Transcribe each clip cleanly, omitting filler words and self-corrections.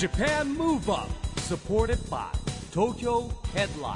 Japan Move Up, supported by Tokyo Headline。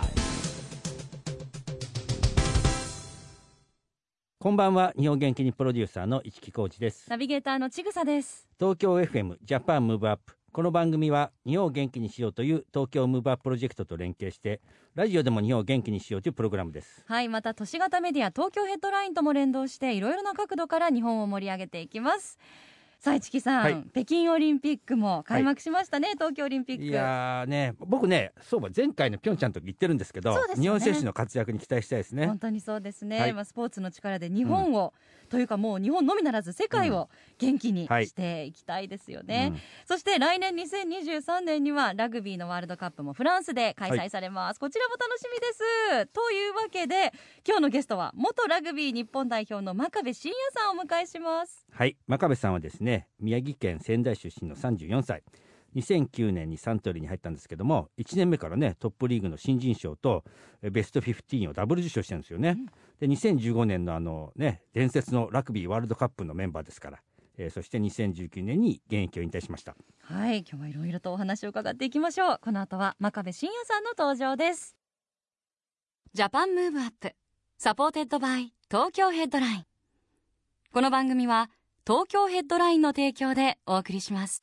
こんばんは。日本元気にプロデューサーの市木浩司です。 ナビゲーターのちぐさです。 東京 FM ジャパンムーブアップ。この番組は日本を元気にしようという東京ムーブアッププロジェクトと連携してラジオでも日本を元気にしようというプログラムです。 はい、また都市型メディア東京ヘッドラインとも連動していろいろな角度から日本を盛り上げていきます。さあ市木さん、 はい、 北京オリンピックも開幕しましたね、はい、東京オリンピック。 いやーね、僕ね、そうば前回のピョンチャンの時言ってるんですけど、 そうですね、 日本選手の活躍に期待したいですね。 本当にそうですね、 はい、 スポーツの力で日本を、というかもう日本のみならず世界を元気にしていきたいですよね、そして来年2023年にはラグビーのワールドカップもフランスで開催されます、こちらも楽しみです。というわけで今日のゲストは元ラグビー日本代表の真壁真也さんをお迎えします。 はい、真壁さんはですね、宮城県仙台出身の34歳、2009年にサントリーに入ったんですけども、1年目からねトップリーグの新人賞とベスト15をダブル受賞してるんですよね、で2015年の伝説のラグビーワールドカップのメンバーですから、そして2019年に現役を引退しました。 はい、今日はいろいろとお話を伺っていきましょう。この後は真壁真也さんの登場です。ジャパンムーブアップサポーテッドバイ東京ヘッドライン。この番組は東京ヘッドラインの提供でお送りします。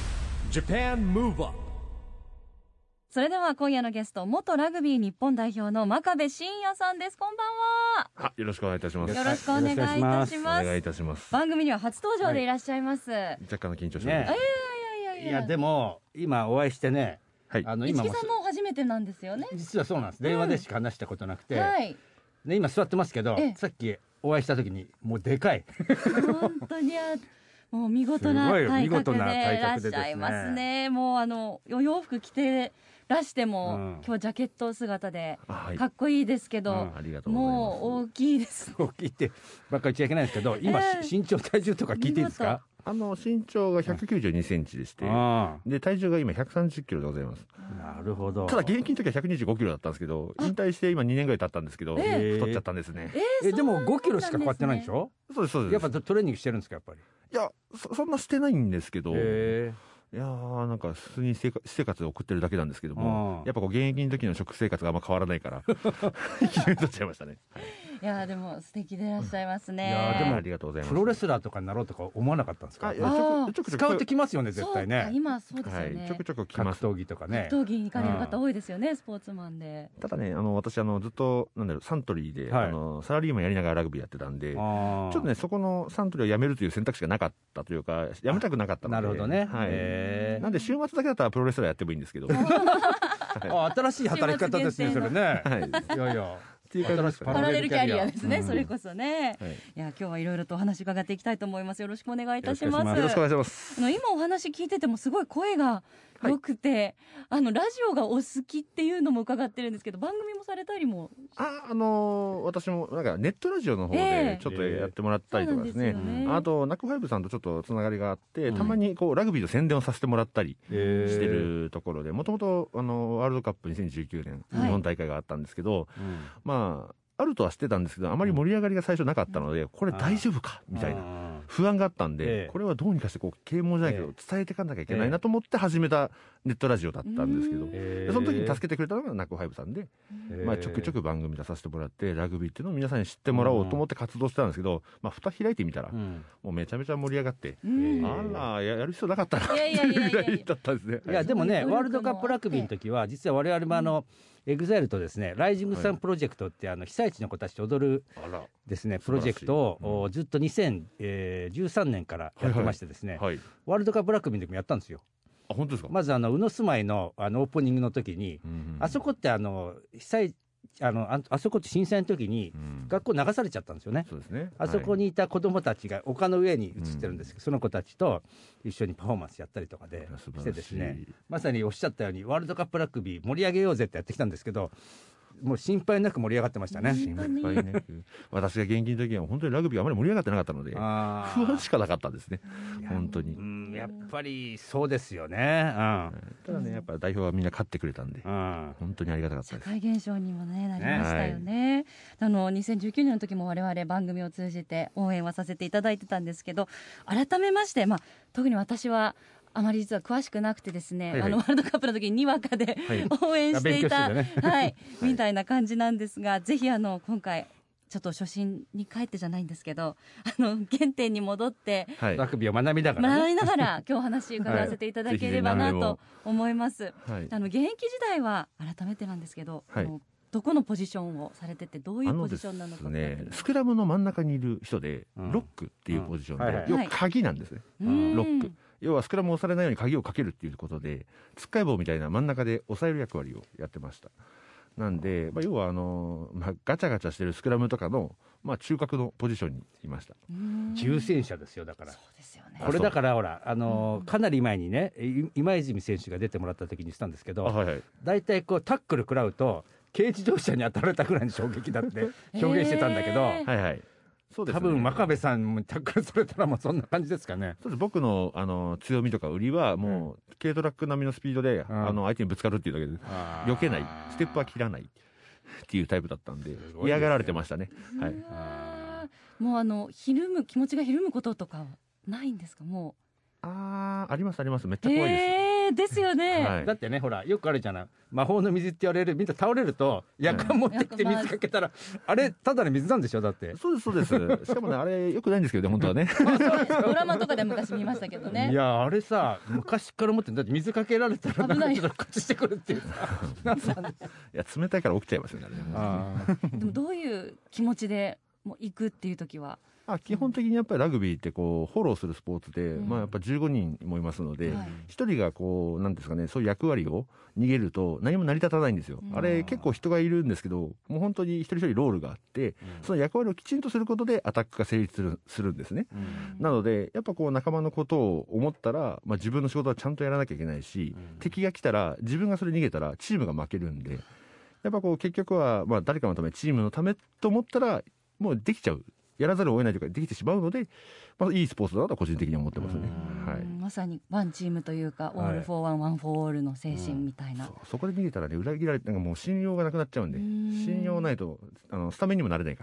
Japan Move Up。 それでは今夜のゲスト、元ラグビー日本代表の真壁真也さんです。こんばんは。 よろしくお願いいたします。 よろしくお願いいたします。 お願いいたします。 番組には初登場でいらっしゃいます、 若干の緊張してます、 いやでも今お会いしてね、 市木さんも初めてなんですよね。 実はそうなんです。電話でしか話したことなくて、ね、今座ってますけど、さっきお会いした時にもうでかい本当にもう見事な体格でいらっしゃいますね。もうお洋服着てらしても、今日ジャケット姿でかっこいいですけど、もう大きいです。 大きいってばっかり言っちゃいけないんですけど、今、身長体重とか聞いていいですか？ 身長が192センチでして、で体重が今130キロでございます。 なるほど。 ただ現役の時は125キロだったんですけど、引退して今2年ぐらい経ったんですけど、太っちゃったんですね。 でも5キロしか変わってないんでしょ？ そうですそうです。 やっぱトレーニングしてるんですか？やっぱり。 いや そんなしてないんですけど、いやなんか普通に私生活を送ってるだけなんですけども、やっぱ現役の時の食生活があんま変わらないからいきなり取っちゃいましたね。 いやでも素敵でいらっしゃいますね。 いやでもありがとうございます。 プロレスラーとかになろうとか思わなかったんですか？スカウト来ますよね絶対ね。 今そうですよね、 ちょくちょく来ます。 格闘技とかね、 格闘技に行かれる方多いですよね、スポーツマンで。 ただね私ずっとサントリーで、サラリーマンやりながらラグビーやってたんで、ちょっとねそこのサントリーを辞めるという選択肢がなかったというか、辞めたくなかったので。 なるほどね。 なんで週末だけだったらプロレスラーやってもいいんですけど新しい働き方ですねそれね。いやいやパラレルキャリアですね、それこそね。いや今日はいろいろとお話伺っていきたいと思います。よろしくお願いいたします。 よろしくお願いします。 今お話聞いててもすごい声が良くて、ラジオがお好きっていうのも伺ってるんですけど、番組もされたりも。 私もなんかネットラジオの方でちょっとやってもらったりとかですね、あとナックファイブさんとちょっとつながりがあって、たまにラグビーの宣伝をさせてもらったりしてるところで、もともとワールドカップ2019年日本大会があったんですけど、あるとは知ってたんですけど、あまり盛り上がりが最初なかったので、これ大丈夫かみたいな不安があったんで、これはどうにかして啓蒙じゃないけど伝えていかなきゃいけないなと思って始めたネットラジオだったんですけど、その時に助けてくれたのがナックファイブさんで、ちょくちょく番組出させてもらって、ラグビーっていうのを皆さんに知ってもらおうと思って活動してたんですけど、蓋開いてみたらもうめちゃめちゃ盛り上がって、あらやる必要なかったなっていうぐらいだったんですね。 いやでもね、ワールドカップラグビーの時は実は我々もエグザイルとですね、ライジングサンプロジェクトって被災地の子たちと踊るですねプロジェクトをずっと2013年からやってましてですね、ワールドカップラグビーの時もやったんですよ。 あ、本当ですか？ まず宇野住まいのオープニングの時に、あそこって被災あそこって震災の時に学校流されちゃったんですよね。 そうですね。 あそこにいた子どもたちが丘の上に移ってるんですけど、その子たちと一緒にパフォーマンスやったりとかでしてですね、まさにおっしゃったようにワールドカップラグビー盛り上げようぜってやってきたんですけど、もう心配なく盛り上がってましたね。 心配なく私が現役の時は本当にラグビーあまり盛り上がってなかったので不安しかなかったですね。本当にやっぱりそうですよね。 ただねやっぱ代表はみんな勝ってくれたんで、本当にありがたかったです。 社会現象にもねなりましたよね。2019年の時も我々番組を通じて応援はさせていただいてたんですけど、改めまして特に私はあまり実は詳しくなくてですね、 はいはいワールドカップの時ににわかで、応援していた、 勉強してねはい、みたいな感じなんですが、ぜひ今回ちょっと初心に帰ってじゃないんですけど、原点に戻って、 はいラグビーを学びながら、ね、 学びながら今日お話伺わせていただければなと思います。 はい現役時代は改めてなんですけど、 はいどこのポジションをされてて、どういうポジションなのかっていうのスクラムの真ん中にいる人で、 うんロックっていうポジションで、 はいはい要は鍵なんですね、 うんロック。要はスクラムを押されないように鍵をかけるっていうことで、つっかい棒みたいな真ん中で抑える役割をやってました。なんで、要はガチャガチャしてるスクラムとかの、中核のポジションにいました。 重戦車ですよ。だからそうですよね。 これだからほらかなり前にね今泉選手が出てもらった時にしたんですけど、 はいはい、 だいたいこうタックル食らうと軽自動車に当たられたぐらいの衝撃だって表現してたんだけど、 はいはいそうですね、 多分真壁さんもタックルされたらもうそんな感じですかね。 そうです。僕の強みとか売りはもう、軽トラック並みのスピードで、相手にぶつかるっていうだけで避けない、ステップは切らないっていうタイプだったんで、嫌がられてましたね。はい。 もう気持ちがひるむこととかはないんですか？もうありますあります。めっちゃ怖いです。 ですよね、 はいだってねほらよくあるじゃない、魔法の水って言われる、みんな倒れると夜間持ってきて水かけたら、あれただの水なんでしょ。だってそうですそうです。しかもねあれよくないんですけどね本当はね。 ドラマとかで昔見ましたけどね。 いやあれさ昔から思ってんだって、水かけられたら危ないちょっとこっちしてくるっていうさいや冷たいから起きちゃいますよねあれね。 でもどういう気持ちでもう行くっていう時は？ 基本的にやっぱりラグビーってこうフォローするスポーツで、やっぱ15人もいますので、 はい 1人がこうなんですかね、そういう役割を逃げると何も成り立たないんですよ。あれ結構人がいるんですけど、もう本当に一人一人ロールがあって、その役割をきちんとすることでアタックが成立するんですね。なのでやっぱこう仲間のことを思ったら、自分の仕事はちゃんとやらなきゃいけないし、敵が来たら自分がそれ逃げたらチームが負けるんで、やっぱこう結局は誰かのため、チームのためと思ったらもうできちゃう。やらざるを得ないというかできてしまうので、いいスポーツだなと個人的に思ってますね。はい、 まさにワンチームというか、オールフォーワンワンフォーオールの精神みたいな、 そこで逃げたらね、裏切られてもう信用がなくなっちゃうんで、信用ないとスタメンにもなれないから。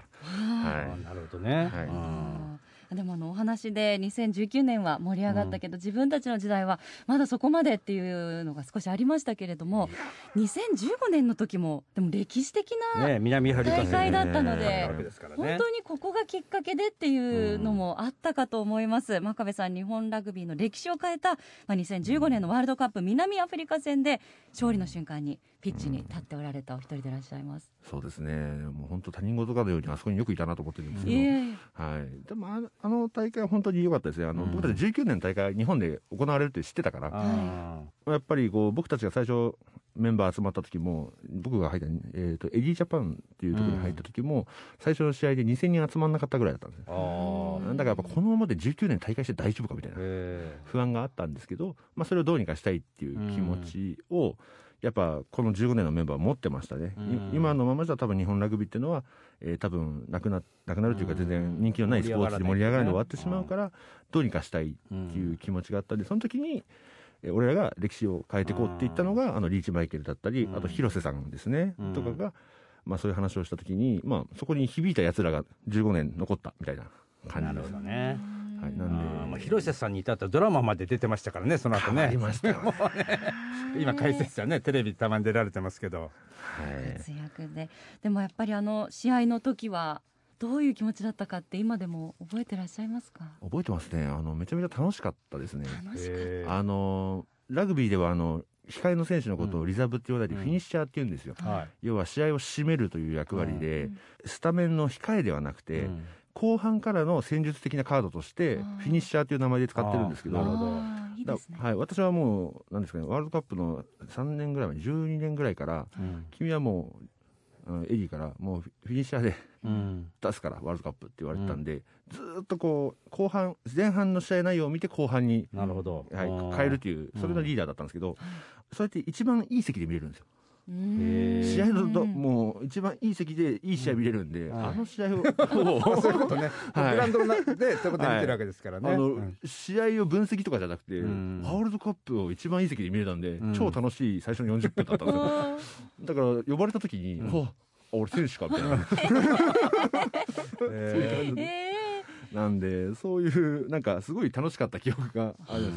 はい、 なるほどね。 はいでもお話で2019年は盛り上がったけど、自分たちの時代はまだそこまでっていうのが少しありましたけれども、2015年の時もでも歴史的な南アフリカ大会だったので、 本本当にここがきっかけでっていうのもあったかと思います。真壁さん、日本ラグビーの歴史を変えた、2015年のワールドカップ南アフリカ戦で勝利の瞬間にピッチに立っておられたお一人でいらっしゃいます。 そうですね、もう本当他人事かのようにあそこによくいたなと思ってるんですけど、はい、でもあの大会は本当に良かったですね。僕たち19年の大会日本で行われるって知ってたから、やっぱりこう僕たちが最初メンバー集まった時も、僕が入ったエディジャパンっていうところに入った時も、最初の試合で2000人集まんなかったぐらいだったんですよ。だからやっぱこのままで19年大会して大丈夫かみたいな不安があったんですけど、それをどうにかしたいっていう気持ちをやっぱこの15年のメンバーは持ってましたね。今のままじゃ多分日本ラグビーっていうのは、多分なくなるというか、全然人気のないスポーツで盛り上がらないで終わってしまうから、どうにかしたいっていう気持ちがあったんで、その時に俺らが歴史を変えていこうって言ったのがリーチマイケルだったり、あと広瀬さんですね、とかが、そういう話をした時に、そこに響いたやつらが15年残ったみたいな感じです。 なるほどね。 はい、なんで広瀬さんに至ったドラマまで出てましたからね、その後ね。 ありましたよね。 今解説者ね、テレビたまに出られてますけど、 活躍で。でもやっぱり試合の時はどういう気持ちだったかって今でも覚えてらっしゃいますか？ 覚えてますね。めちゃめちゃ楽しかったですね。 楽しかった。 ラグビーでは控えの選手のことをリザーブって言わないでフィニッシャーって言うんですよ。要は試合を締めるという役割で、スタメンの控えではなくて、後半からの戦術的なカードとしてフィニッシャーという名前で使ってるんですけど、 いいですね。 はい、私はもうなんですかね、ワールドカップの3年ぐらい前、12年ぐらいから、君はもうエディからもうフィニッシャーで出すからワールドカップって言われてたんで、ずっとこう後半前半の試合内容を見て後半になるほど、 変えるというそれのリーダーだったんですけど、それって一番いい席で見れるんですよ。試合のもう一番いい席でいい試合見れるんで、あの試合をそういうことね、グラウンドでそういうことで見てるわけですからね。 試合を分析とかじゃなくて、ワールドカップを一番いい席で見れたんで、超楽しい最初の40分だったんですよ。だから呼ばれた時に、俺選手かみたいなそういう感じで、なんでそういうなんかすごい楽しかった記憶がありますね。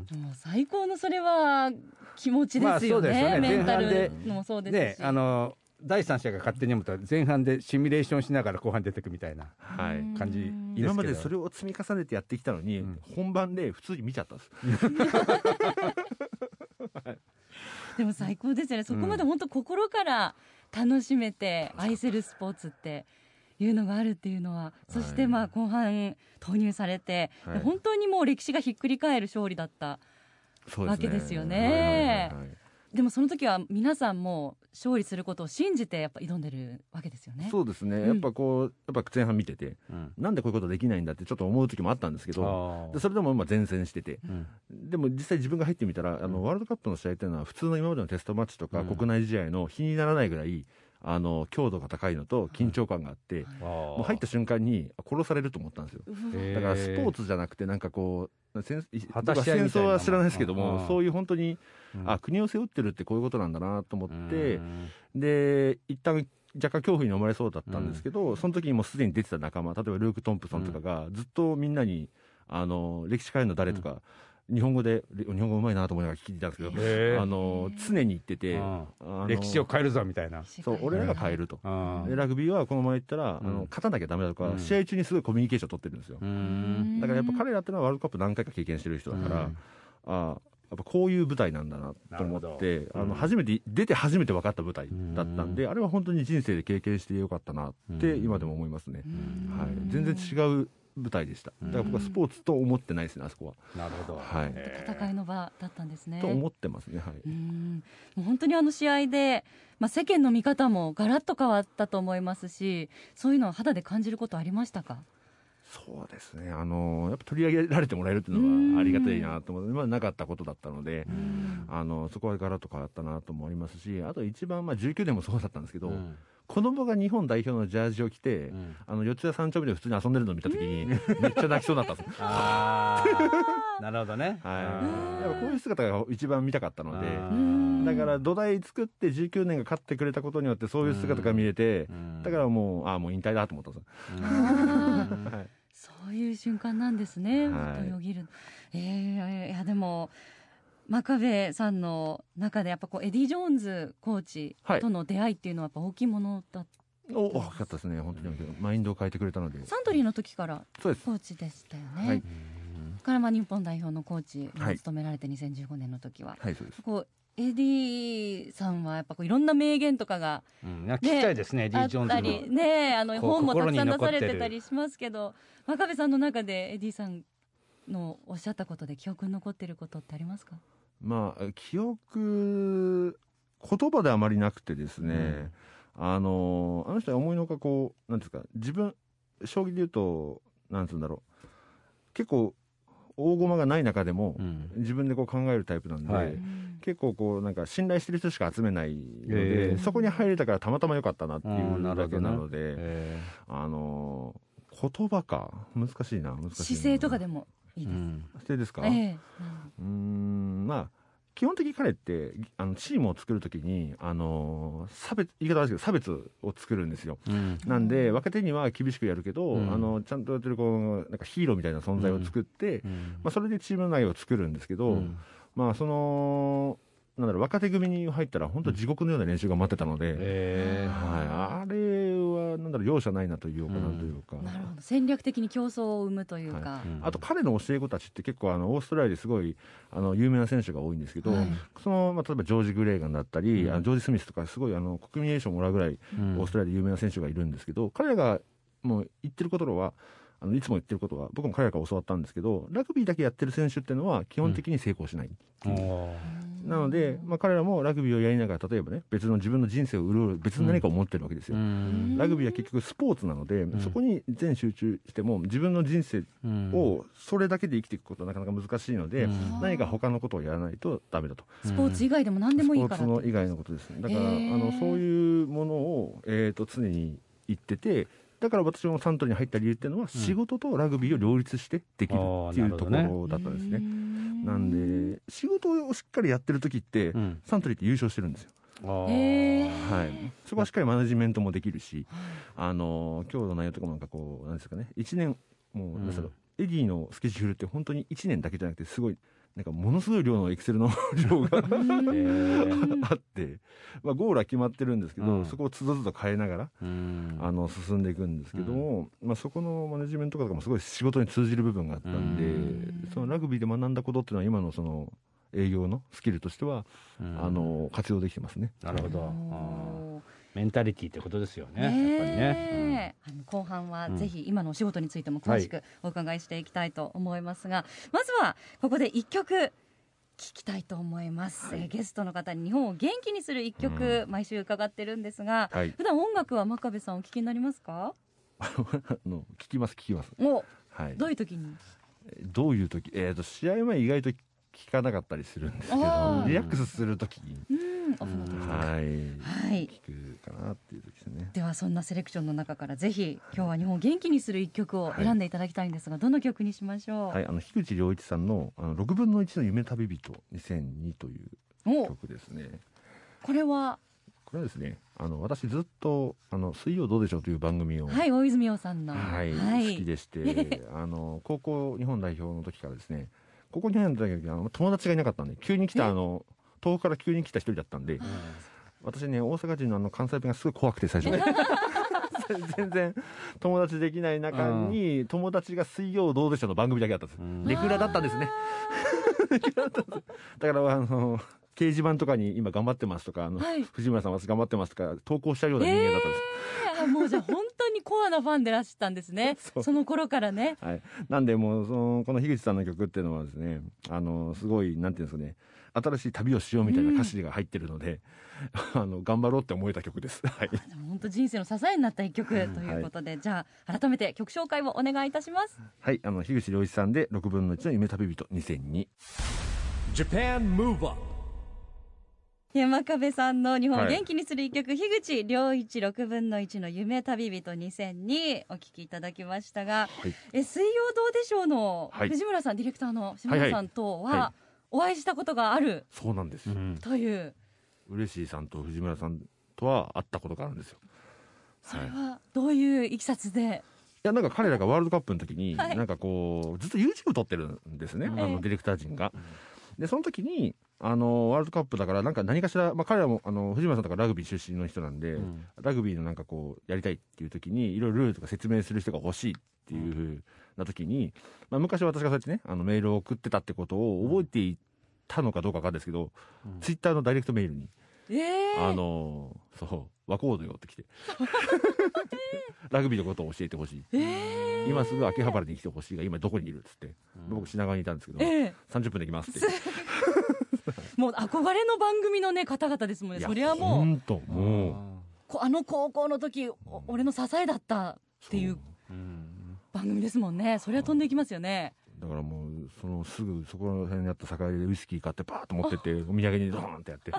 もう最高のそれは気持ちですよね。 そうですよね。 メンタルもそうですし、 ね、第三者が勝手に読むと前半でシミュレーションしながら後半出てくみたいな感じですけど、 今までそれを積み重ねてやってきたのに、本番で普通に見ちゃったんですでも最高ですよね。そこまで本当心から楽しめて愛せるスポーツっていうのがあるっていうのは、そして後半投入されて、本当にもう歴史がひっくり返る勝利だったわけですよね。でもその時は皆さんも勝利することを信じてやっぱ挑んでるわけですよね。 そうですね、やっぱ前半見てて、なんでこういうことできないんだってちょっと思う時もあったんですけど、でそれでも前線してて、でも実際自分が入ってみたらワールドカップの試合っていうのは普通の今までのテストマッチとか国内試合の比にならないぐらい強度が高いのと緊張感があって、もう入った瞬間に殺されると思ったんですよ。だからスポーツじゃなくてなんかこう戦争は知らないですけども、そういう本当に国を背負ってるってこういうことなんだなと思って、で一旦若干恐怖に飲まれそうだったんですけど、その時にもうすでに出てた仲間、例えばルーク・トンプソンとかがずっとみんなに歴史家の誰とか、日本語うまいなと思いながら聞いてたんですけど、常に言ってて、 歴史を変えるぞみたいな。 そう俺らが変えると、でラグビーはこのまま言ったら勝たなきゃダメだとか、試合中にすごいコミュニケーションを取ってるんですよ。だからやっぱ彼らってのはワールドカップ何回か経験してる人だから、やっぱこういう舞台なんだなと思って、初めて分かった舞台だったんで、あれは本当に人生で経験してよかったなって今でも思いますね。全然違う舞台でした。だから僕はスポーツと思ってないですね、あそこは。 なるほど。 戦いの場だったんですね。 と思ってますね。 もう本当に試合で、世間の見方もガラッと変わったと思いますし、そういうのは肌で感じることありましたか？ そうですね、やっぱ取り上げられてもらえるっていうのはありがたいなと思って、今までなかったことだったので、そこはガラッと変わったなと思いますし、あと一番、19年もそうだったんですけど、子供が日本代表のジャージを着て、四谷三丁目で普通に遊んでるのを見たときにめっちゃ泣きそうだったんですなるほどね。 やっぱこういう姿が一番見たかったので、だから土台作って19年が勝ってくれたことによってそういう姿が見れて、だからもう引退だと思ったんですよ。 そういう瞬間なんですね、よぎる。いやでも真壁さんの中でやっぱエディ・ジョーンズコーチとの出会いっていうのはやっぱ大きいものだった。 大きかったですね、本当にマインドを変えてくれたので。 サントリーの時からコーチでしたよね。から日本代表のコーチを務められて2015年の時は、 そうです。 エディさんはやっぱいろんな名言とかが、 聞きたいですね、エディ・ジョーンズの。 あったりね、本もたくさん出されてたりしますけど、真壁さんの中でエディさんのおっしゃったことで記憶に残っていることってありますか？ 記憶、言葉であまりなくてですね、あの人は思いのほかなんですか、将棋で言うと、なんつうんだろう、結構大駒がない中でも、自分で考えるタイプなんで、結構なんか信頼してる人しか集めないので、そこに入れたからたまたま良かったなっていうだけなので、言葉か難しいな。 姿勢とかでもいいです。 姿勢ですか？基本的に彼ってチームを作るときに言い方悪いですけど差別を作るんですよ。なんで若手には厳しくやるけど、ちゃんとやってるなんかヒーローみたいな存在を作って、それでチームの内容を作るんですけど、若手組に入ったら本当地獄のような練習が待ってたので、あれは容赦ないなというかなんというか、 なるほど、戦略的に競争を生むというか、 あと彼の教え子たちって結構オーストラリアですごい有名な選手が多いんですけど、例えばジョージ・グレーガンだったり、ジョージ・スミスとかすごい国民栄誉賞をもらうぐらいオーストラリアで有名な選手がいるんですけど、彼らがもう言ってることはいつも言ってることは、僕も彼らから教わったんですけど、ラグビーだけやってる選手っていうのは基本的に成功しないっていう、なので、彼らもラグビーをやりながら例えばね、別の自分の人生を潤う別の何かを持ってるわけですよ。ラグビーは結局スポーツなので、そこに全集中しても自分の人生をそれだけで生きていくことはなかなか難しいので、何か他のことをやらないとダメだと。 スポーツ以外でも何でもいいから、 スポーツの以外のことですね。だからそういうものを、常に言ってて、だから私もサントリーに入った理由っていうのは、仕事とラグビーを両立してできるっていうところだったんですね。なんで仕事をしっかりやってる時って、サントリーって優勝してるんですよ。そこはしっかりマネジメントもできるし、今日の内容とかもなんですかね、1年もうエディのスケジュールって本当に1年だけじゃなくてすごいなんかものすごい量のエクセルの量があって、まあ、ゴールは決まってるんですけど、そこをつどつど変えながら進んでいくんですけども、まあ、そこのマネジメントとかもすごい仕事に通じる部分があったんで、そのラグビーで学んだことっていうのは今のその営業のスキルとしては活用できてますね。 なるほど。メンタリティってことですよね、やっぱりね。 後半はぜひ今のお仕事についても詳しくお伺いしていきたいと思いますが、まずはここで一曲聞きたいと思います。ゲストの方に日本を元気にする一曲、毎週伺ってるんですが、普段音楽は真壁さんお聞きになりますか？ 聞きますお、はい、どういう時に？ どういう時？試合前意外と聞かなかったりするんですけど、リラックスする時に聞くかなっていう時ですね。 ではそんなセレクションの中からぜひ今日は日本を元気にする一曲を選んでいただきたいんですが、どの曲にしましょう？ 樋口良一さんの6分の1の夢旅人2002という曲ですね。 これはですね、私ずっと水曜どうでしょうという番組を、 大泉洋さんの、 好きでして高校日本代表の時からですね、高校日本代表の時友達がいなかったんで、急に来た東北から急に来た一人だったんで、私ね、大阪人の関西弁がすごい怖くて最初全然友達できない中に、友達が水曜どうでしょうの番組だけだったんです。レギュラーだったんですね。だから掲示板とかに今頑張ってますとか、藤村さん私頑張ってますとか投稿したような人間だったんです。 もうじゃあ本当にコアなファンでらしたんですね。その頃からね。 なんでもうこの樋口さんの曲っていうのはですね、すごいなんていうんですかね、新しい旅をしようみたいな歌詞が入ってるので、頑張ろうって思えた曲です。 本当人生の支えになった一曲ということで、じゃあ改めて曲紹介をお願いいたします。 樋口良一さんで6分の1の夢旅人2002。 Japan Move Up。 真壁さんの日本を元気にする一曲、樋口良一6分の1の夢旅人2002お聞きいただきましたが、水曜どうでしょうの藤村さん、ディレクターの島田さんとはお会いしたことがある、 そうなんです、 という嬉しいさんと藤村さんとは会ったことがあるんですよ。 それはどういういきさつで？ いや、なんか彼らがワールドカップの時に、なんかこうずっと YouTube 撮ってるんですね、ディレクター陣が。でその時にワールドカップだから何かしら、彼らも藤村さんとかラグビー出身の人なんで、ラグビーのなんかこうやりたいっていう時にいろいろルールとか説明する人が欲しいっていうふうな時に、昔私がそうやってねメールを送ってたってことを覚えていたのかどうかわかんないですけど、ツイッターのダイレクトメールに和コードよって来てラグビーのことを教えてほしい、今すぐ秋葉原に来てほしいが今どこにいるっつって、僕品川にいたんですけど、30分で来ますってもう憧れの番組のね方々ですもんね。それはもう高校の時俺の支えだったっていう番組ですもんね。それは飛んでいきますよね。 だからもうすぐそこら辺にあった酒屋でウイスキー買ってパーッと持ってってお土産にドーンってやって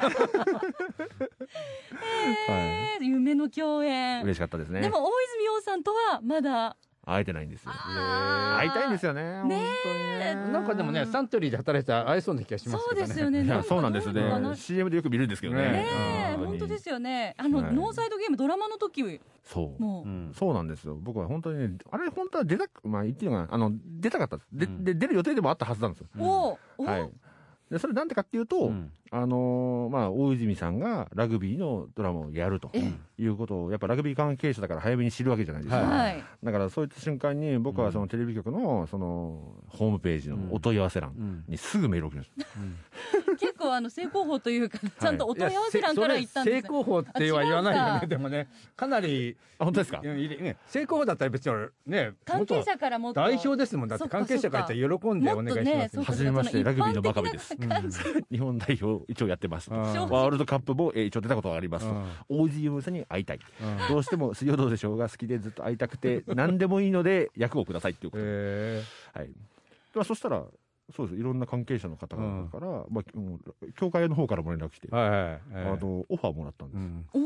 夢の共演嬉しかったですね。 でも大泉洋さんとはまだ会えてないんですよ。会いたいんですよね。本当にね。 なんかでもね、サントリーで働いて会えそうな気がしますけどね。 そうですよね。 そうなんですね。CM でよく見るんですけどね。 本当ですよね。ノーサイドゲームドラマの時そうなんですよ。僕は本当にね、あれ本当は言っていいのかな、出たかったです。で出る予定でもあったはずなんですよ。でそれなんでかっていうと、大泉さんがラグビーのドラマをやるということをやっぱラグビー関係者だから早めに知るわけじゃないですか。だからそういった瞬間に僕はそのテレビ局のそのホームページのお問い合わせ欄にすぐメールを送りました。 結構正攻法というかちゃんとお問い合わせ欄から行ったんです。 正攻法っては言わないよね。でもね、かなり本当ですか？ 正攻法だったら別にね、 関係者からもっと代表ですもん。だって関係者から言ったら喜んでお願いします。 はじめまして、ラグビーの真壁です。日本代表一応やってます。ワールドカップも一応出たことがありますと。大泉さんに会いたい。どうしても水曜どうでしょうが好きでずっと会いたくて何でもいいので役をくださいっていうことで。そしたらそうです、いろんな関係者の方々から、協会の方からも連絡来て、オファーもらったんです。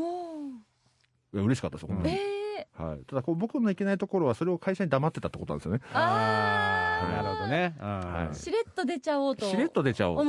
嬉しかったですよ、ただ僕のいけないところはそれを会社に黙ってたってことなんですよね。 なるほどね。 しれっと出ちゃおうと。 しれっと出ちゃおう。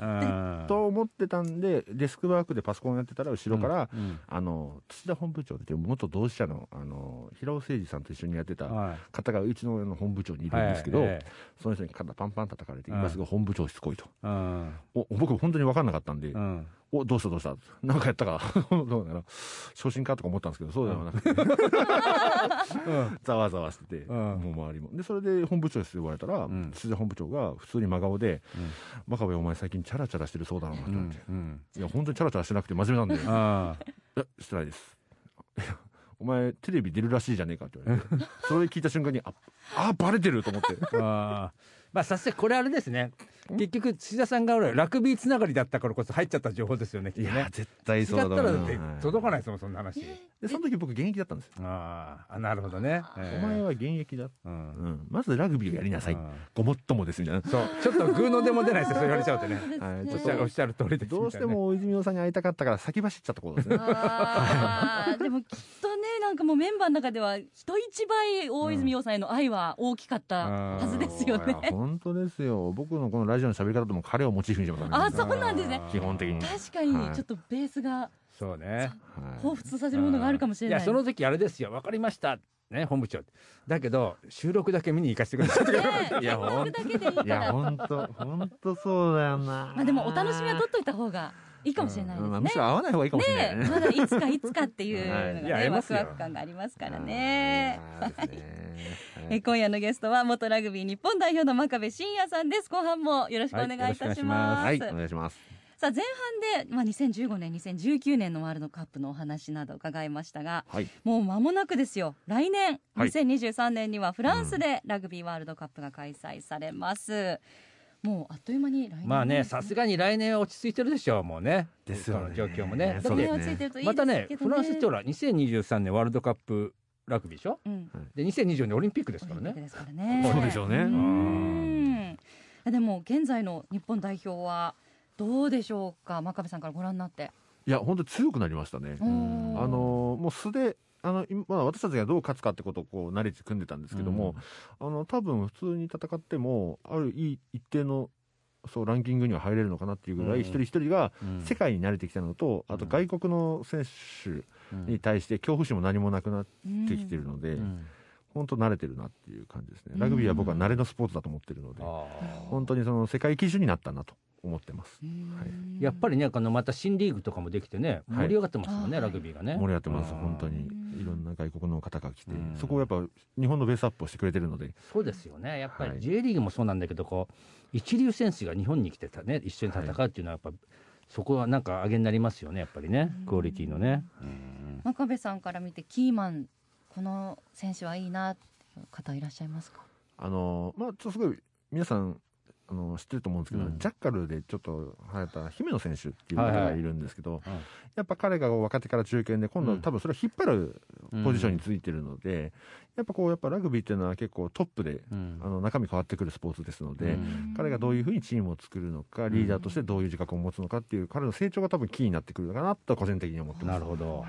と思ってたんで、デスクワークでパソコンやってたら後ろから、土田本部長って元同志社の平尾誠二さんと一緒にやってた方がうちの本部長にいるんですけど、その人に肩パンパン叩かれて、今すぐ本部長室来いと。僕本当に分かんなかったんで、どうしたなんかやったかどうなら昇進かとか思ったんですけど、そうではなくてざわざわしてて、もう周りもで、それで本部長室で言われたら、土田本部長が普通に真顔で「真壁お前最近チャラチャラしてるそうだな」って言われて、いや本当にチャラチャラしてなくて真面目なんで「いやしてないです」お前テレビ出るらしいじゃねえかって言われてそれ聞いた瞬間にバレてると思ってまあさすがこれあれですね、結局土田さんがラグビーつながりだったからこそ入っちゃった情報ですよね。 いや絶対そうだと思う。 違ったらだって届かないですもんそんな話。 でその時僕現役だったんですよ。 なるほどね。 お前は現役だ、まずラグビーをやりなさい、ごもっともですみたいな。 そうちょっとグーのでも出ないですよそう言われちゃうとね。おっしゃる通りです。 どうしても大泉洋さんに会いたかったから先走っちゃったことですね。 でもきっとね、なんかもうメンバーの中では人一倍大泉洋さんへの愛は大きかったはずですよね。 本当ですよ。僕のこのラジオの喋り方でも彼をモチーフにしてますね。 そうなんですね。 基本的に確かにちょっとベースがそうね、 彷彿とさせるものがあるかもしれない。 いやその時あれですよ、分かりましたね本部長だけど収録だけ見に行かせてください。 いや本当そうだよな。 でもお楽しみは取っといた方がいいかもしれないですね。 むしろ会わない方がいいかもしれないね。 まだいつかっていうのがね、ワクワク感がありますからね。今夜のゲストは元ラグビー日本代表の真壁真也さんです。後半もよろしくお願いいたします。 はい、お願いします。 さあ前半で、2015年2019年のワールドカップのお話など伺いましたが、もう間もなくですよ。来年2023年にはフランスでラグビーワールドカップが開催されます。もうあっという間に来年、 まあね、さすがに来年は落ち着いてるでしょう。もうねですよね、 この状況もね。 そうですね。 またねフランスってほら2023年ワールドカップラグビーでしょ、で2024年オリンピックですからね。 そうでしょうね。 でも現在の日本代表はどうでしょうか、真壁さんからご覧になって。 いや本当に強くなりましたね。もう素で私たちがどう勝つかってことをこう慣れて組んでたんですけども、多分普通に戦ってもある一定のランキングには入れるのかなっていうぐらい、一人一人が世界に慣れてきたのと、あと外国の選手に対して恐怖心も何もなくなってきてるので、本当慣れてるなっていう感じですね。ラグビーは僕は慣れのスポーツだと思ってるので、本当にその世界基準になったなと思ってます。 やっぱりねまた新リーグとかもできてね盛り上がってますもんね、ラグビーがね。 盛り上がってます。本当にいろんな外国の方が来て、そこをやっぱ日本のベースアップをしてくれてるので。 そうですよね。やっぱり J リーグもそうなんだけど、一流選手が日本に来てね一緒に戦うっていうのはやっぱそこはなんか上げになりますよね、やっぱりね、クオリティのね。 真壁さんから見てキーマン、この選手はいいなっていう方いらっしゃいますか？ ちょっとすごい皆さん知ってると思うんですけど、ジャッカルでちょっと流行った姫野選手っていう方がいるんですけど、やっぱ彼が若手から中堅で今度多分それを引っ張るポジションについてるので、やっぱラグビーっていうのは結構トップで、中身変わってくるスポーツですので、彼がどういうふうにチームを作るのか、リーダーとしてどういう自覚を持つのかっていう彼の成長が多分キーになってくるのかなと個人的に思ってます。 なるほど。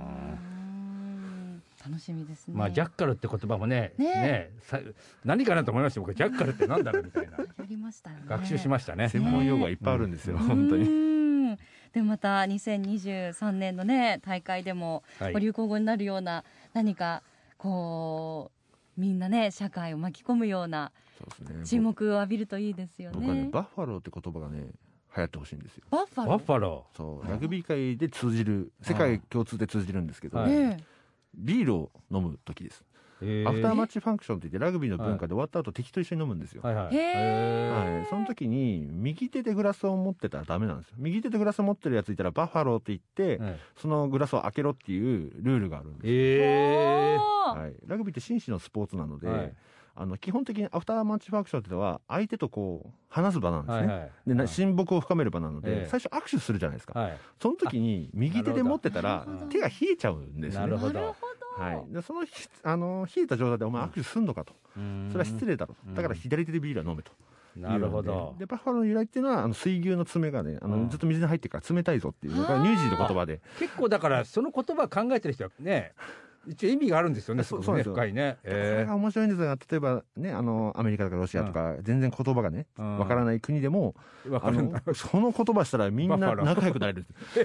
楽しみですね。 ジャッカルって言葉もね何かなと思いました。僕ジャッカルってなんだろうみたいなやりましたね。 学習しましたね。 専門用語がいっぱいあるんですよ、本当に。 でまた2023年のね大会でも流行語になるような何かみんなね社会を巻き込むような注目を浴びるといいですよね。 僕はねバッファローって言葉がね流行ってほしいんですよ。 バッファロー。 そうラグビー界で通じる、世界共通で通じるんですけど、ビールを飲む時です。アフターマッチファンクションって言ってラグビーの文化で終わった後敵と一緒に飲むんですよ。その時に右手でグラスを持ってたらダメなんですよ。右手でグラスを持ってるやついたらバッファローって言って、そのグラスを開けろっていうルールがあるんです。ラグビーって紳士のスポーツなので、基本的にアフターマッチファンクションっていうのは相手と話す場なんですね。で親睦を深める場なので、最初握手するじゃないですか。その時に右手で持ってたら手が冷えちゃうんですね。 なるほど。 でその冷えた状態でお前握手すんのかと、それは失礼だろと、だから左手でビールは飲めと。 なるほど。 でバッファローの由来っていうのは水牛の爪がねずっと水に入ってるから冷たいぞっていうのがニュージーの言葉で。 結構だからその言葉考えてる人はね一応意味があるんですよね、 そうですよ深いね。 それが面白いんですが、例えばね、アメリカとかロシアとか、全然言葉がね、わからない国でも、その言葉したらみんな仲良くなれる。そう。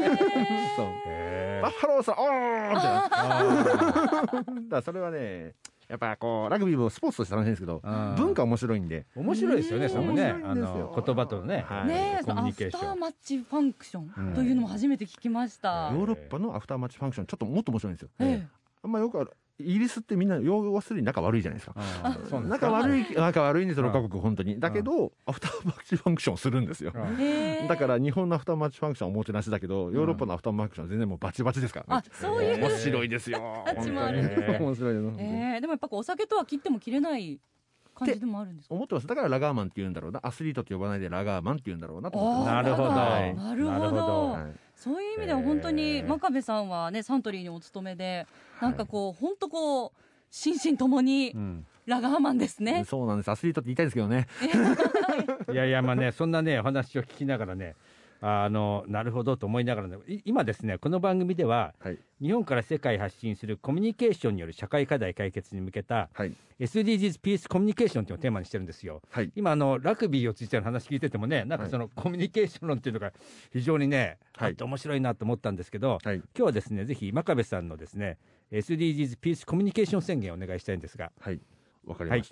バッファローさん、おーみたいな。だからそれはね、やっぱこうラグビーもスポーツとして楽しいんですけど、文化面白いんで。 面白いですよね、そのね、言葉とね、 コミュニケーション。アフターマッチファンクションというのも初めて聞きました。 ヨーロッパのアフターマッチファンクション、ちょっともっと面白いんですよ。あんまよくある。イギリスってみんな要するに仲悪いじゃないですか。仲悪いんですよ、6カ国本当に。だけどアフターマッチファンクションするんですよ。だから日本のアフターマッチファンクションはおもてなしだけど、ヨーロッパのアフターマッチファンクションは全然もうバチバチですからね。 そういう面白いですよ。本当に面白いです。 でもやっぱお酒とは切っても切れない感じでもあるんですか。 思ってます。だからラガーマンって言うんだろうな、アスリートって呼ばないでラガーマンって言うんだろうなと思ってます。 なるほど、 なるほど。そういう意味では本当に真壁さんはね、サントリーにお勤めで、なんかこう本当こう心身ともにラガーマンですね。 そうなんです。アスリートって言いたいですけどね。 いやいや、まあね、そんなねお話を聞きながらね、なるほどと思いながらね、今ですね、この番組では、日本から世界発信するコミュニケーションによる社会課題解決に向けた、SDGs ピースコミュニケーションというのをテーマにしてるんですよ。今ラグビーをついての話聞いててもね、なんかそのコミュニケーション論っていうのが非常にね、面白いなと思ったんですけど、今日はですね、ぜひ真壁さんのですね SDGs ピースコミュニケーション宣言をお願いしたいんですが。 はい、わかりました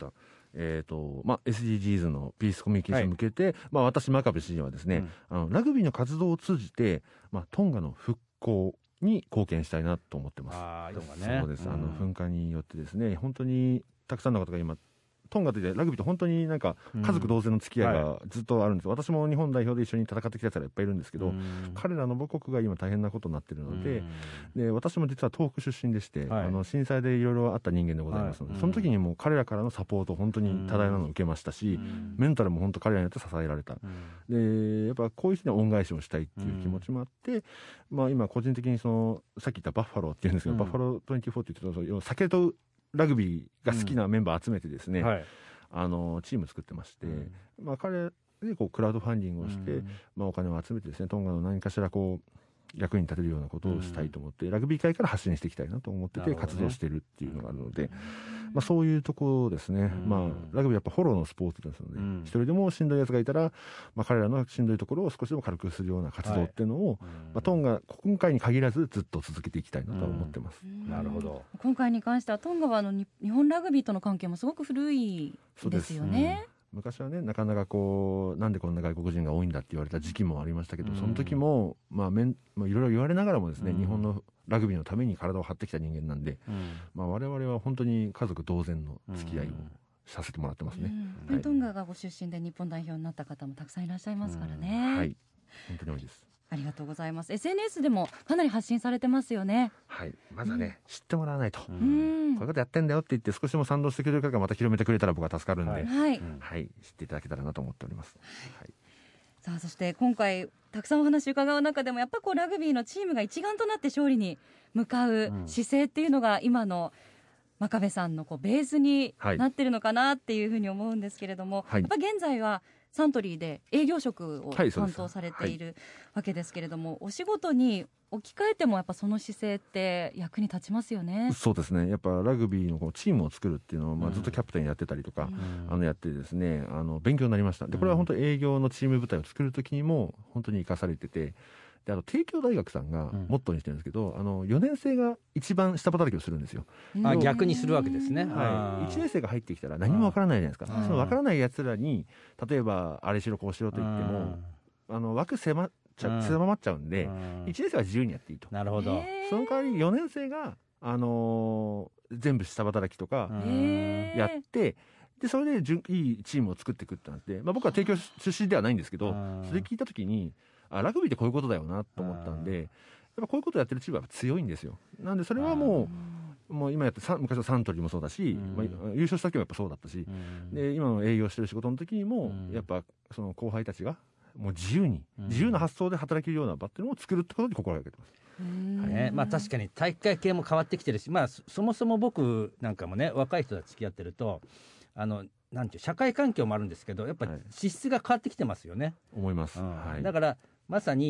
。SDGs のピースコミュニケーションに向けて、私真壁氏はですね、ラグビーの活動を通じて、トンガの復興に貢献したいなと思ってます。そうです。噴火によってですね、本当にたくさんの方が今トンガというラグビーと本当になんか家族同然の付き合いがずっとあるんです。私も日本代表で一緒に戦ってきたやつらいっぱいいるんですけど、彼らの母国が今大変なことになっているので、私も実は東北出身でして、震災でいろいろあった人間でございますので、その時にもう彼らからのサポート本当に多大なのを受けましたし、メンタルも本当彼らによって支えられた。でやっぱこういう人に恩返しをしたいっていう気持ちもあって、今個人的にさっき言ったバッファローっていうんですけど、バッファロー24って言ってた酒とラグビーが好きなメンバー集めてですね、チーム作ってまして、彼でこうクラウドファンディングをして、お金を集めてですね、トンガの何かしらこう役に立てるようなことをしたいと思って、ラグビー界から発信していきたいなと思ってて活動してるっていうのがあるので、そういうところですね。ラグビーやっぱフォローのスポーツですので、一人でもしんどいやつがいたら、彼らのしんどいところを少しでも軽くするような活動っていうのを、トンガ今回に限らずずっと続けていきたいなと思ってます。 なるほど。 今回に関してはトンガは日本ラグビーとの関係もすごく古いですよね。 昔はね、なかなかこうなんでこんな外国人が多いんだって言われた時期もありましたけど、その時もいろいろ言われながらもですね、日本のラグビーのために体を張ってきた人間なんで、我々は本当に家族同然の付き合いをさせてもらってますね。 トンガがご出身で日本代表になった方もたくさんいらっしゃいますからね。 はい、本当に多いです。 ありがとうございます。 SNS でもかなり発信されてますよね。 はい、まずはね、知ってもらわないと、こういうことやってんだよって言って少しでも賛同してくれる方がまた広めてくれたら僕は助かるんで、知っていただけたらなと思っております。 さあ、そして今回たくさんお話伺う中でもやっぱこうラグビーのチームが一丸となって勝利に向かう姿勢っていうのが今の真壁さんのこうベースになってるのかなっていうふうに思うんですけれども、やっぱ現在はサントリーで営業職を担当されているわけですけれども、お仕事に置き換えてもやっぱその姿勢って役に立ちますよね。 そうですね。やっぱラグビーのこうチームを作るっていうのを、ずっとキャプテンやってたりとか、やってですね、勉強になりました。でこれは本当営業のチーム部隊を作る時にも本当に生かされてて、で帝京大学さんがモットーにしてるんですけど、4年生が一番下働きをするんですよ。 逆にするわけですね。 1年生が入ってきたら何もわからないじゃないですか。そのわからないやつらに例えばあれしろこうしろと言っても枠狭まっちゃうんで、1年生は自由にやっていいと。 なるほど。 その代わり4年生が、全部下働きとかやって、でそれでいいチームを作っていくってなって、僕は帝京出身ではないんですけど、それ聞いた時にラグビーってこういうことだよなと思ったんで、やっぱこういうことをやってるチームは強いんですよ。なんでそれはもう今やって昔のサントリーもそうだし、優勝した時もやっぱそうだったし、で今の営業してる仕事の時にもやっぱその後輩たちがもう自由な発想で働けるような場っていうのを作るってことに心がけてます。 確かに体育会系も変わってきてるし、そもそも僕なんかもね、若い人と付き合ってるとなんていう社会環境もあるんですけど、やっぱり資質が変わってきてますよね。 思います。 だからまさに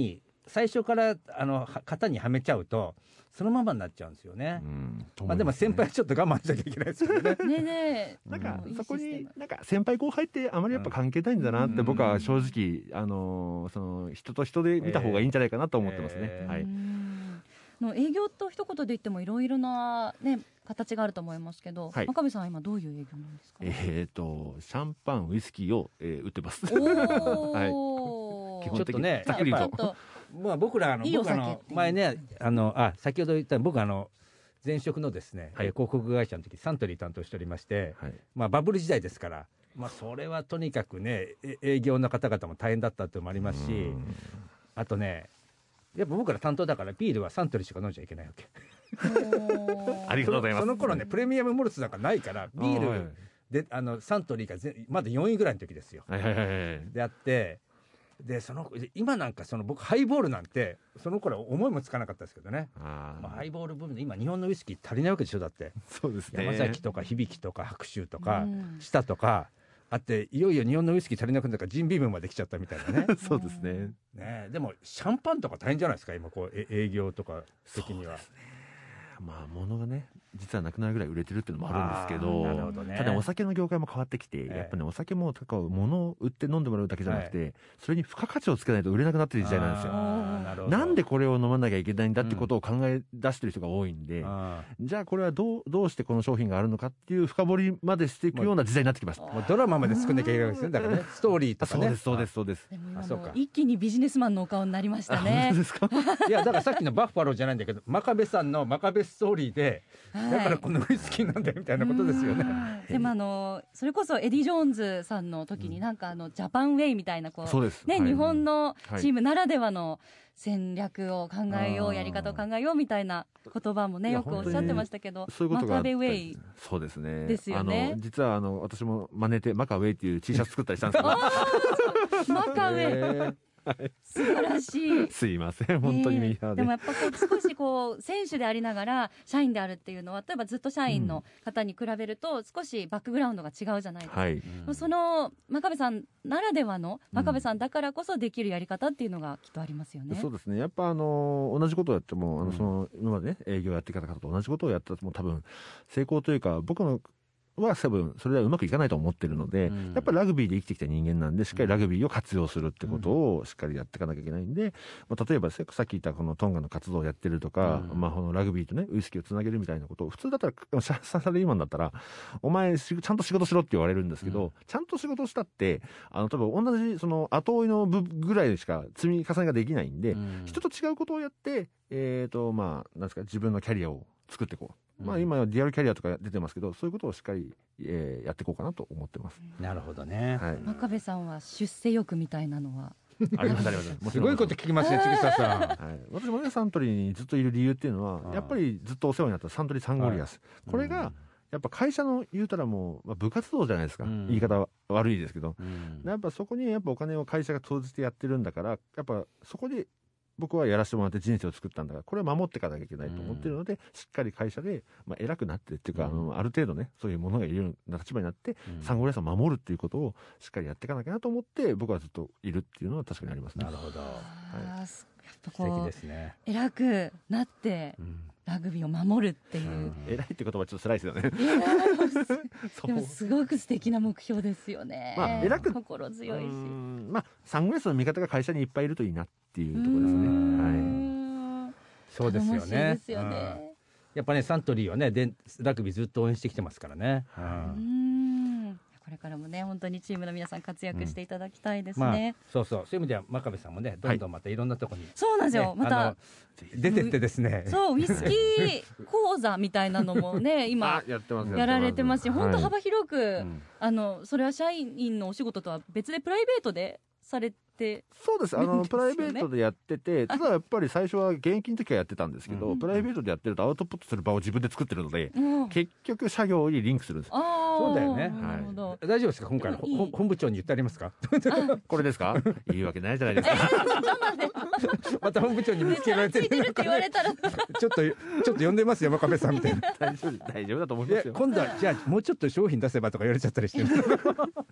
最初から型にはめちゃうとそのままになっちゃうんですよね。まあでも先輩はちょっと我慢しなきゃいけないですよね。 ねなんかそこになんか先輩後輩ってあまりやっぱ関係ないんだなって僕は正直その人と人で見た方がいいんじゃないかなと思ってますね。はい。 の営業と一言で言ってもいろいろなね形があると思いますけど、真壁さんは今どういう営業なんですか？ シャンパンウイスキーを、売ってます。 はい。 基本的にね、 ざっくり言うと。 まあ僕ら前ね先ほど言った僕前職のですね、広告会社の時サントリー担当しておりまして、まあバブル時代ですから、まあそれはとにかくね営業の方々も大変だったっていうのもありますし、あとねやっぱ僕ら担当だからビールはサントリーしか飲んじゃいけないわけ。 ありがとうございます。 その頃ねプレミアムモルツなんかないからビールでサントリーがまだ4位ぐらいの時ですよ。であってで今なんか僕ハイボールなんてその頃思いもつかなかったですけどね。まあ、ハイボール部分で今日本のウイスキー足りないわけでしょ。だってそうですね。 山崎とか響とか白州とか舌とかあっていよいよ日本のウイスキー足りなくなったからジンビームまで来ちゃったみたいなね。 そうですね。 でもシャンパンとか大変じゃないですか今営業とか的には。 まあ物がね実はなくなるぐらい売れてるっていうのもあるんですけど、 なるほどね、 ただお酒の業界も変わってきて、やっぱねお酒も物を売って飲んでもらうだけじゃなくて、それに付加価値をつけないと売れなくなってる時代なんですよ。なんでこれを飲まなきゃいけないんだってことを考え出してる人が多いんで、じゃあこれはどうしてこの商品があるのかっていう深掘りまでしていくような時代になってきます。 ドラマまで作んなきゃいけないですね。だからねストーリーとかね。 そうです。 でも今一気にビジネスマンのお顔になりましたね。 そうですか。 いやだからさっきのバッファローじゃないんだけど真壁さんの真壁ストーリーで、だからこのウイスキーなんだよみたいなことですよね。 でもそれこそエディ・ジョーンズさんの時になんかジャパンウェイみたいなね、日本のチームならではの戦略を考えよう、やり方を考えようみたいな言葉もねよくおっしゃってましたけど、マカベウェイそうですね。 ですよね。 実は私も真似てマカウェイっていう T シャツ作ったりしたんですけどマカウェイ素晴らしい。 すいません本当にミーハーで。 でもやっぱ少し選手でありながら社員であるっていうのは例えばずっと社員の方に比べると少しバックグラウンドが違うじゃないですか。その真壁さんならではの真壁さんだからこそできるやり方っていうのがきっとありますよね。 そうですね。やっぱ同じことをやっても今までね営業やってきた方と同じことをやったらもう多分成功というか僕のは多分それではうまくいかないと思ってるので、やっぱりラグビーで生きてきた人間なんでしっかりラグビーを活用するってことをしっかりやっていかなきゃいけないんで、例えばさっき言ったこのトンガの活動をやってるとか、このラグビーとねウイスキーをつなげるみたいなことを普通だったらサラリーマンだったらお前ちゃんと仕事しろって言われるんですけど、ちゃんと仕事したって多分同じ後追いのぐらいしか積み重ねができないんで、人と違うことをやってなんですか自分のキャリアを作っていこう。今はディアルキャリアとか出てますけど、そういうことをしっかり、やっていこうかなと思ってます。 なるほどね。 真壁さんは出世欲みたいなのはあります。 すごいこと聞きますね、千草さん。 私もねサントリーにずっといる理由っていうのはやっぱりずっとお世話になったサントリーサンゴリアス、これがやっぱ会社の言うたらもう、部活動じゃないですか、言い方は悪いですけど、やっぱそこにやっぱお金を会社が投じてやってるんだから、やっぱそこで僕はやらせてもらって人生を作ったんだから、これは守っていかなきゃいけないと思ってるので、しっかり会社で、偉くなってっていうか、ある程度ねそういうものがいるような立場になって、サンゴリアスを守るっていうことをしっかりやっていかなきゃなと思って僕はずっといるっていうのは確かにありますね。 なるほど、 素敵ですね。 偉くなって、ラグビーを守るっていう、 偉いって言葉はちょっと辛いですよね。 でもすごく素敵な目標ですよね。 偉く心強いし、 サングラスの味方が会社にいっぱいいるといいなっていうところですね。 そうですよね。やっぱねサントリーはねラグビーずっと応援してきてますからね。 これからもね本当にチームの皆さん活躍していただきたいですね。 そういう意味では真壁さんもねどんどんまたいろんなところに、 そうなんですよ、また出てってですね、 そうウイスキー講座みたいなのもね今やられてますし、本当幅広く、それは社員のお仕事とは別でプライベートでされて。 そうです。プライベートでやってて、ただやっぱり最初は現役の時はやってたんですけど、プライベートでやってるとアウトプットする場を自分で作ってるので、結局作業にリンクするんです。 そうだよね。大丈夫ですか、今回の本部長に言ってありますか。 これですか。いいわけないじゃないですか。 また本部長に見つけられてるって言われたら、ちょっと呼んでますよ真壁さんみたいな。 大丈夫だと思いますよ。 今度はじゃあもうちょっと商品出せばとか言われちゃったりして。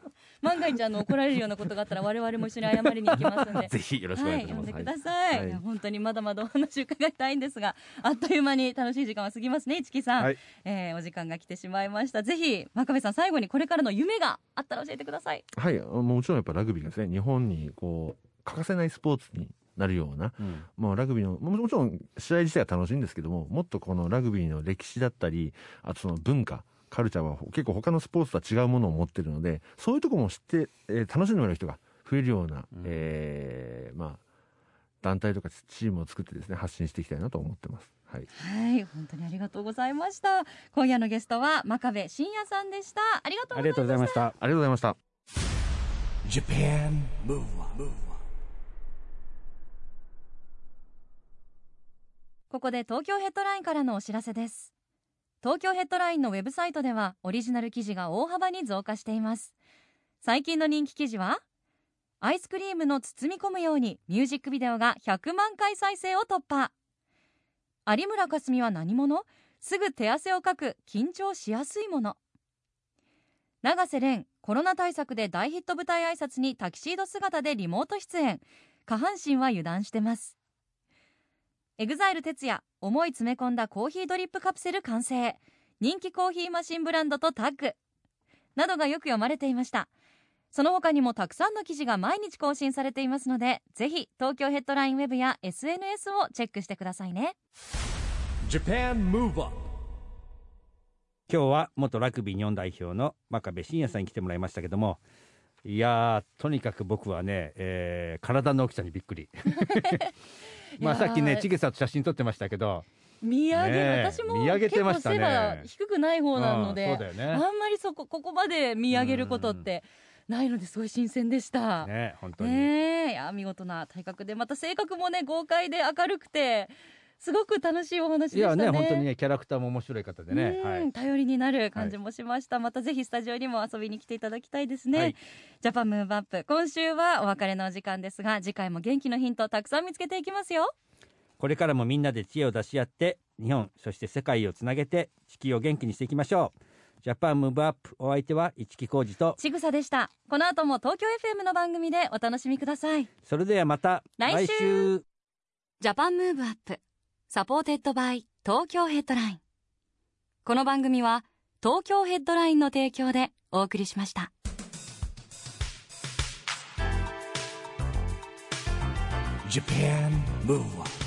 万が一怒られるようなことがあったら我々も一緒に謝りに行きますのでぜひよろしくお願いします。 呼んでください、 はいいや本当にまだまだお話伺いたいんですが、あっという間に楽しい時間は過ぎますね。市木さん、お時間が来てしまいました。ぜひ真壁さん、最後にこれからの夢があったら教えてください。 はい、もちろんやっぱラグビーがですね、日本にこう欠かせないスポーツになるような、まあ、ラグビーのもちろん試合自体は楽しいんですけども、もっとこのラグビーの歴史だったり、あとその文化カルチャーは結構他のスポーツとは違うものを持ってるので、そういうところも知って、楽しんでもらう人が増えるような、まあ、団体とかチームを作ってですね、発信していきたいなと思ってます。はい、 はい、本当にありがとうございました。今夜のゲストは真壁真也さんでした。ありがとうございました。 ありがとうございました。 Japan Move Up。 ここで東京ヘッドラインからのお知らせです。東京ヘッドラインのウェブサイトではオリジナル記事が大幅に増加しています。最近の人気記事は、アイスクリームの包み込むようにミュージックビデオが100万回再生を突破。有村架純は何者？すぐ手汗をかく緊張しやすいもの。永瀬廉、コロナ対策で大ヒット舞台挨拶にタキシード姿でリモート出演。下半身は油断してます。エグザイル哲也、思い詰め込んだコーヒードリップカプセル完成。人気コーヒーマシンブランドとタッグ。などがよく読まれていました。その他にもたくさんの記事が毎日更新されていますので、ぜひ東京ヘッドラインウェブや SNS をチェックしてくださいね。 Japan Move Up。 今日は元ラグビー日本代表の真壁真也さんに来てもらいましたけども、いやー、とにかく僕はね、体の大きさにびっくりまあさっきね、ちげさんと写真撮ってましたけど、 見上げ、私も結構背が低くない方なので、 そうだよね、 あんまりここまで見上げることってないのですごい新鮮でした。 ね、本当に。 いや、見事な体格で、また性格もね、豪快で明るくて、すごく楽しいお話でしたね。 いやね、本当にね、キャラクターも面白い方でね、はい、 頼りになる感じもしました。またぜひスタジオにも遊びに来ていただきたいですね。はい、ジャパンムーブアップ、今週はお別れのお時間ですが、次回も元気のヒントたくさん見つけていきますよ。 これからもみんなで知恵を出し合って、日本そして世界をつなげて地球を元気にしていきましょう。ジャパンムーブアップ、お相手は市木浩二とちぐさでした。この後も東京 FM の番組でお楽しみください。 それではまた来週。 ジャパンムーブアップ、サポーテッドバイ東京ヘッドライン。この番組は東京ヘッドラインの提供でお送りしました。 Japan Move Up。